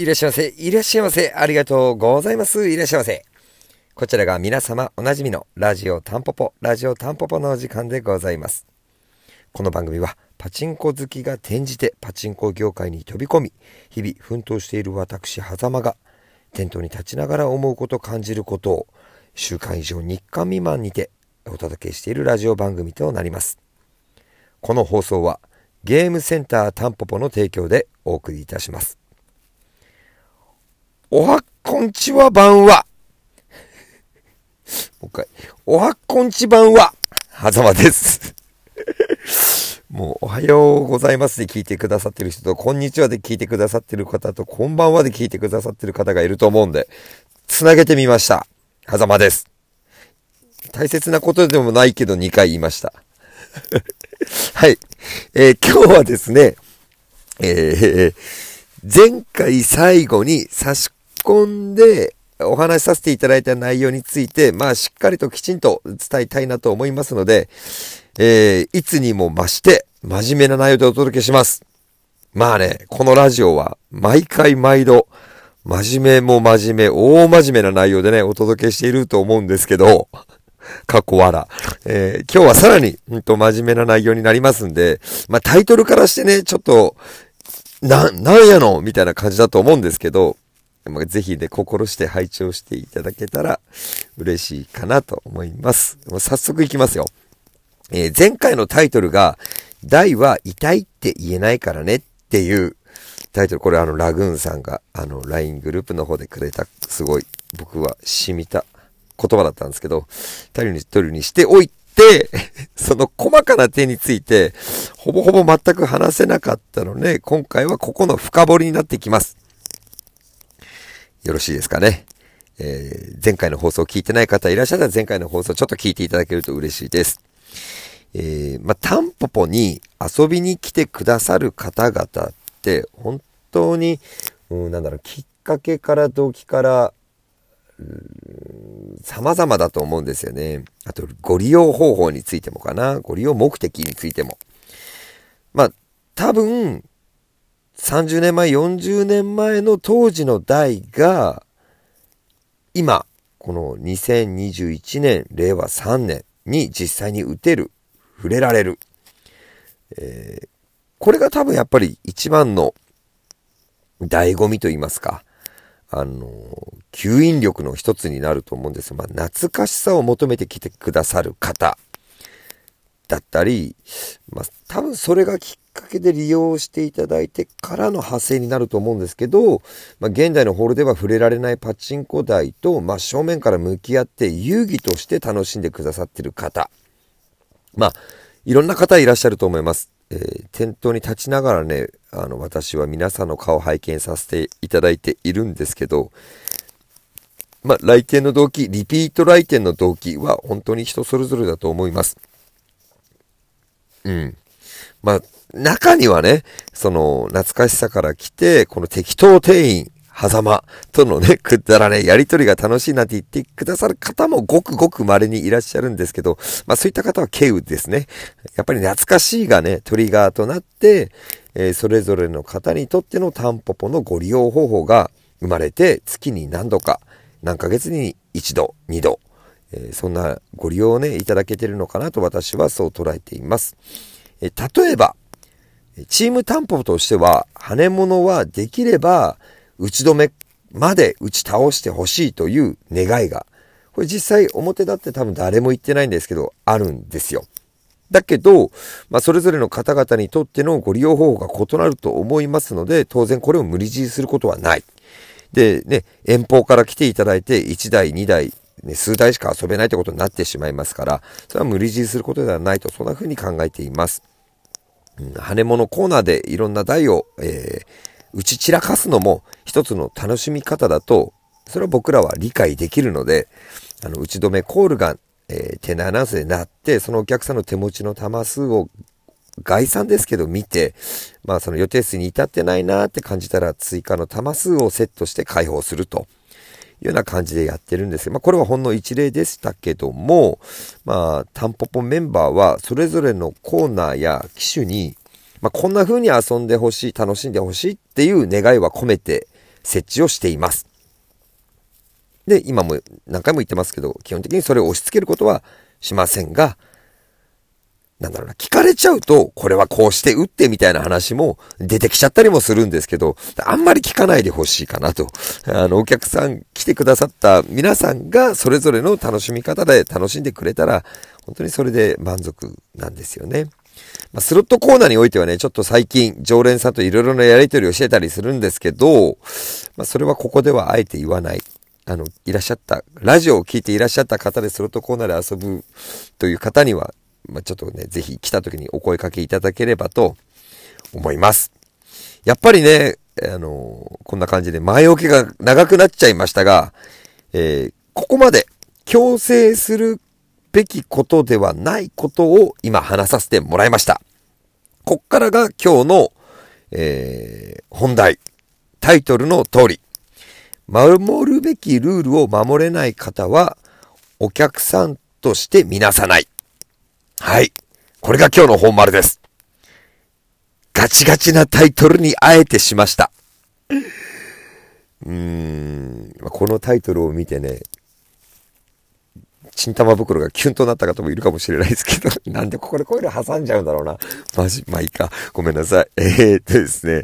いらっしゃいませ、いらっしゃいませ、ありがとうございます、いらっしゃいませ。こちらが皆様おなじみのラジオタンポポのお時間でございます。この番組はパチンコ好きが転じてパチンコ業界に飛び込み、日々奮闘している私狭間が店頭に立ちながら思うこと感じることを週間以上日間未満にてお届けしているラジオ番組となります。この放送はゲームセンタータンポポの提供でお送りいたします。おはこんちはばんは。もう一回。おはこんちばんは。狭間です。もうおはようございますで聞いてくださってる人と、こんにちはで聞いてくださってる方と、こんばんはで聞いてくださってる方がいると思うんで、つなげてみました。狭間です。大切なことでもないけど2回言いました。はい。今日はですね、前回最後に差し込んでお話しさせていただいた内容について、しっかりときちんと伝えたいなと思いますので、いつにも増して真面目な内容でお届けします。このラジオは毎回毎度、真面目も真面目、大真面目な内容でね、お届けしていると思うんですけど、かっこ笑。今日はさらに、真面目な内容になりますんで、タイトルからしてね、ちょっと、なんやのみたいな感じだと思うんですけど、ぜひね、心して拝聴していただけたら嬉しいかなと思います。早速いきますよ。前回のタイトルが、大は痛いって言えないからねっていうタイトル。これラグーンさんがLINE グループの方でくれた、すごい僕は染みた言葉だったんですけど、タイトルにしておいて、その細かな点について、ほぼほぼ全く話せなかったので、今回はここの深掘りになってきます。よろしいですかね。前回の放送を聞いてない方いらっしゃったら前回の放送ちょっと聞いていただけると嬉しいです。タンポポに遊びに来てくださる方々って本当に、きっかけから動機から様々だと思うんですよね。あとご利用方法についてもかな。ご利用目的についても。多分30年前、40年前の当時の代が、今、この2021年、令和3年に実際に打てる、触れられる。これが多分やっぱり一番の醍醐味と言いますか、吸引力の一つになると思うんですよ。懐かしさを求めてきてくださる方だったり、多分それがきっかけで利用していただいてからの派生になると思うんですけど、現代のホールでは触れられないパチンコ台と真正面から向き合って遊戯として楽しんでくださっている方、いろんな方いらっしゃると思います。店頭に立ちながらね、私は皆さんの顔を拝見させていただいているんですけど、来店の動機、リピート来店の動機は本当に人それぞれだと思います。中にはね、懐かしさから来て、この適当店員、狭間とのね、くだらね、やりとりが楽しいなんて言ってくださる方もごくごく稀にいらっしゃるんですけど、そういった方は稀有ですね。やっぱり懐かしいがね、トリガーとなって、それぞれの方にとってのタンポポのご利用方法が生まれて、月に何度か、何ヶ月に一度、二度、そんなご利用をね、いただけているのかなと私はそう捉えています。例えば、チームタンポポとしては、羽物はできれば、打ち止めまで打ち倒してほしいという願いが、これ実際表だって多分誰も言ってないんですけど、あるんですよ。だけど、それぞれの方々にとってのご利用方法が異なると思いますので、当然これを無理強いすることはない。でね、遠方から来ていただいて、1台、2台、数台しか遊べないということになってしまいますから、それは無理強いすることではないと、そんな風に考えています。羽物コーナーでいろんな台を、打ち散らかすのも一つの楽しみ方だと、それは僕らは理解できるので、打ち止めコールが、店内アナウンスでなって、そのお客さんの手持ちの玉数を概算ですけど見て、その予定数に至ってないなって感じたら追加の玉数をセットして開放するというような感じでやってるんですけど、これはほんの一例でしたけども、タンポポメンバーはそれぞれのコーナーや機種に、こんな風に遊んでほしい、楽しんでほしいっていう願いは込めて設置をしています。で、今も何回も言ってますけど、基本的にそれを押し付けることはしませんが、聞かれちゃうと、これはこうして打ってみたいな話も出てきちゃったりもするんですけど、あんまり聞かないでほしいかなと。お客さん来てくださった皆さんがそれぞれの楽しみ方で楽しんでくれたら、本当にそれで満足なんですよね。スロットコーナーにおいてはね、ちょっと最近常連さんといろいろなやり取りをしてたりするんですけど、それはここではあえて言わない。いらっしゃった、ラジオを聞いていらっしゃった方でスロットコーナーで遊ぶという方には、ちょっとね、ぜひ来た時にお声かけいただければと思います。やっぱりね、こんな感じで前置きが長くなっちゃいましたが、ここまで強制するべきことではないことを今話させてもらいました。こっからが今日の、本題。タイトルの通り。守るべきルールを守れない方はお客さんとして見なさない。はい。これが今日の本丸です。ガチガチなタイトルにあえてしました。このタイトルを見てね、チンタマ袋がキュンとなった方もいるかもしれないですけど、なんでこういうの挟んじゃうんだろうな。まあいいか。ごめんなさい。ですね。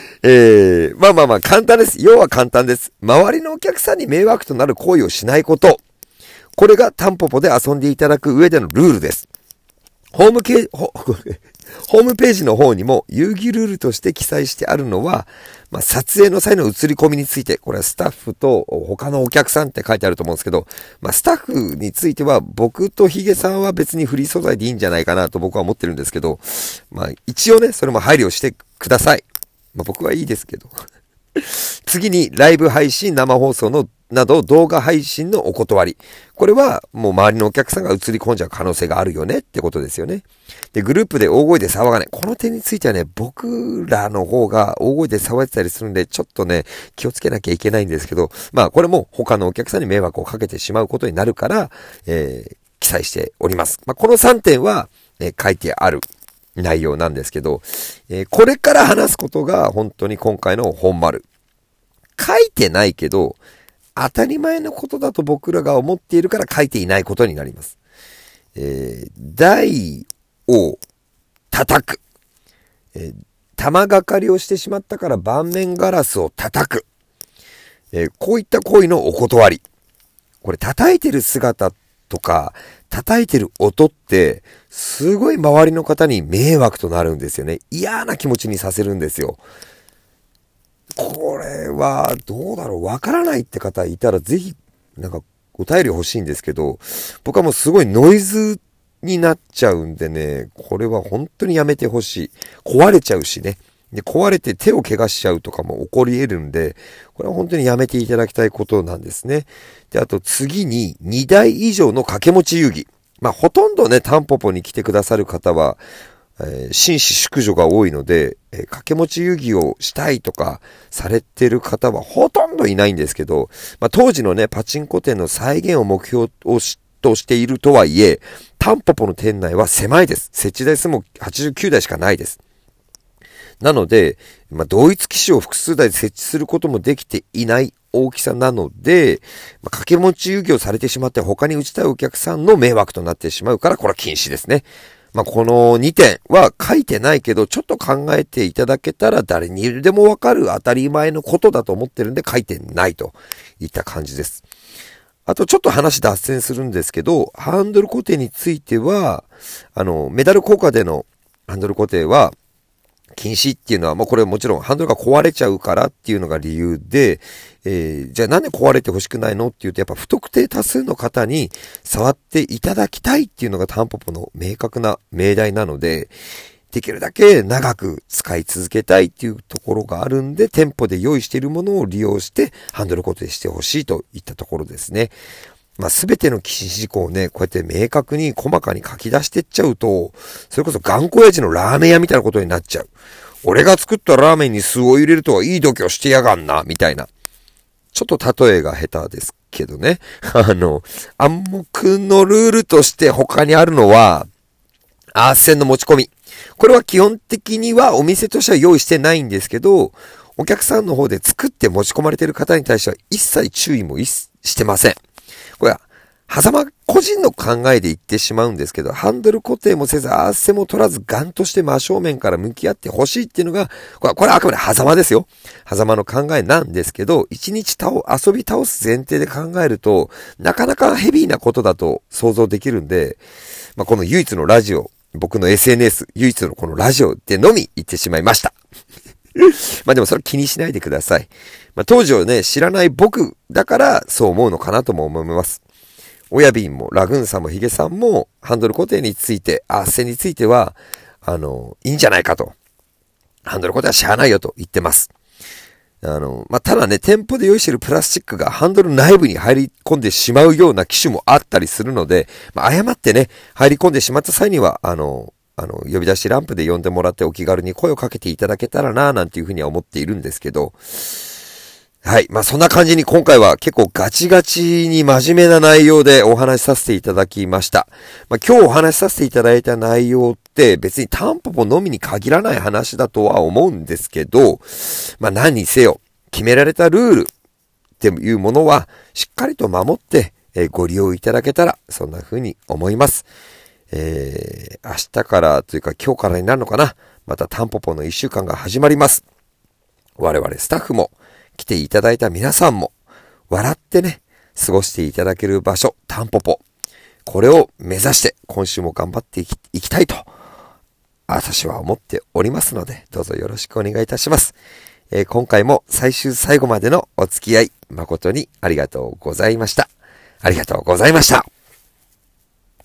簡単です。要は簡単です。周りのお客さんに迷惑となる行為をしないこと。これがタンポポで遊んでいただく上でのルールです。ホームページの方にも遊戯ルールとして記載してあるのは、撮影の際の映り込みについて、これはスタッフと他のお客さんって書いてあると思うんですけど、スタッフについては僕とヒゲさんは別にフリー素材でいいんじゃないかなと僕は思ってるんですけど、一応ね、それも配慮してください。僕はいいですけど。次にライブ配信、生放送のなど動画配信のお断り。これはもう周りのお客さんが映り込んじゃう可能性があるよねってことですよね。で、グループで大声で騒がない。この点についてはね、僕らの方が大声で騒いでたりするんで、ちょっとね、気をつけなきゃいけないんですけど、これも他のお客さんに迷惑をかけてしまうことになるから、記載しております。この3点は、書いてある内容なんですけど、これから話すことが本当に今回の本丸。書いてないけど、当たり前のことだと僕らが思っているから書いていないことになります。台を叩く。玉がかりをしてしまったから盤面ガラスを叩く。こういった行為のお断り。これ叩いてる姿とか、叩いてる音って、すごい周りの方に迷惑となるんですよね。嫌な気持ちにさせるんですよ。これはどうだろう、わからないって方いたらぜひお便り欲しいんですけど、僕はもうすごいノイズになっちゃうんでね、これは本当にやめてほしい。壊れちゃうしね。で、壊れて手を怪我しちゃうとかも起こり得るんで、これは本当にやめていただきたいことなんですね。で、あと次に2台以上の掛け持ち遊戯。ほとんどね、タンポポに来てくださる方は、紳士淑女が多いので、掛け持ち遊戯をしたいとかされてる方はほとんどいないんですけど、当時のね、パチンコ店の再現を目標としているとはいえ、タンポポの店内は狭いです。設置台数も89台しかないです。なので、同一機種を複数台設置することもできていない大きさなので、掛け持ち遊戯をされてしまって他に打ちたいお客さんの迷惑となってしまうから、これは禁止ですね。この2点は書いてないけど、ちょっと考えていただけたら誰にでもわかる当たり前のことだと思ってるんで書いてないといった感じです。あとちょっと話脱線するんですけど、ハンドル固定については、メダル効果でのハンドル固定は、禁止っていうのは、これはもちろんハンドルが壊れちゃうからっていうのが理由で、じゃあなんで壊れてほしくないのっていうと、やっぱ不特定多数の方に触っていただきたいっていうのがタンポポの明確な命題なので、できるだけ長く使い続けたいっていうところがあるんで、店舗で用意しているものを利用してハンドル固定してほしいといったところですね。すべての禁止事項をね、こうやって明確に細かに書き出してっちゃうと、それこそ頑固親父のラーメン屋みたいなことになっちゃう。俺が作ったラーメンに酢を入れるとはいい度胸してやがんな、みたいな。ちょっと例えが下手ですけどね。暗黙のルールとして他にあるのは、アース線の持ち込み。これは基本的にはお店としては用意してないんですけど、 お客さんの方で作って持ち込まれている方に対しては一切注意もしてません。これは、狭間個人の考えで言ってしまうんですけど、ハンドル固定もせず、アーセも取らず、ガンとして真正面から向き合ってほしいっていうのが、これはあくまで狭間ですよ。狭間の考えなんですけど、一日遊び倒す前提で考えると、なかなかヘビーなことだと想像できるんで、この唯一のラジオ、僕の SNS、唯一のこのラジオでのみ言ってしまいました。でもそれ気にしないでください。当時をね、知らない僕だからそう思うのかなとも思います。親瓶もラグーンさんもヒゲさんもハンドル固定について、アーセについては、いいんじゃないかと。ハンドル固定はしゃあないよと言ってます。ただね、店舗で用意しているプラスチックがハンドル内部に入り込んでしまうような機種もあったりするので、誤ってね、入り込んでしまった際には、呼び出しランプで呼んでもらってお気軽に声をかけていただけたらなぁなんていうふうには思っているんですけど、はい。そんな感じに今回は結構ガチガチに真面目な内容でお話しさせていただきました。今日お話しさせていただいた内容って別にタンポポのみに限らない話だとは思うんですけど、何にせよ決められたルールっていうものはしっかりと守ってご利用いただけたらそんな風に思います。明日からというか今日からになるのかな。またタンポポの1週間が始まります。我々スタッフも来ていただいた皆さんも笑ってね、過ごしていただける場所、タンポポ。これを目指して今週も頑張っていきたいと、私は思っておりますので、どうぞよろしくお願いいたします。今回も最後までのお付き合い、誠にありがとうございました。ありがとうございました。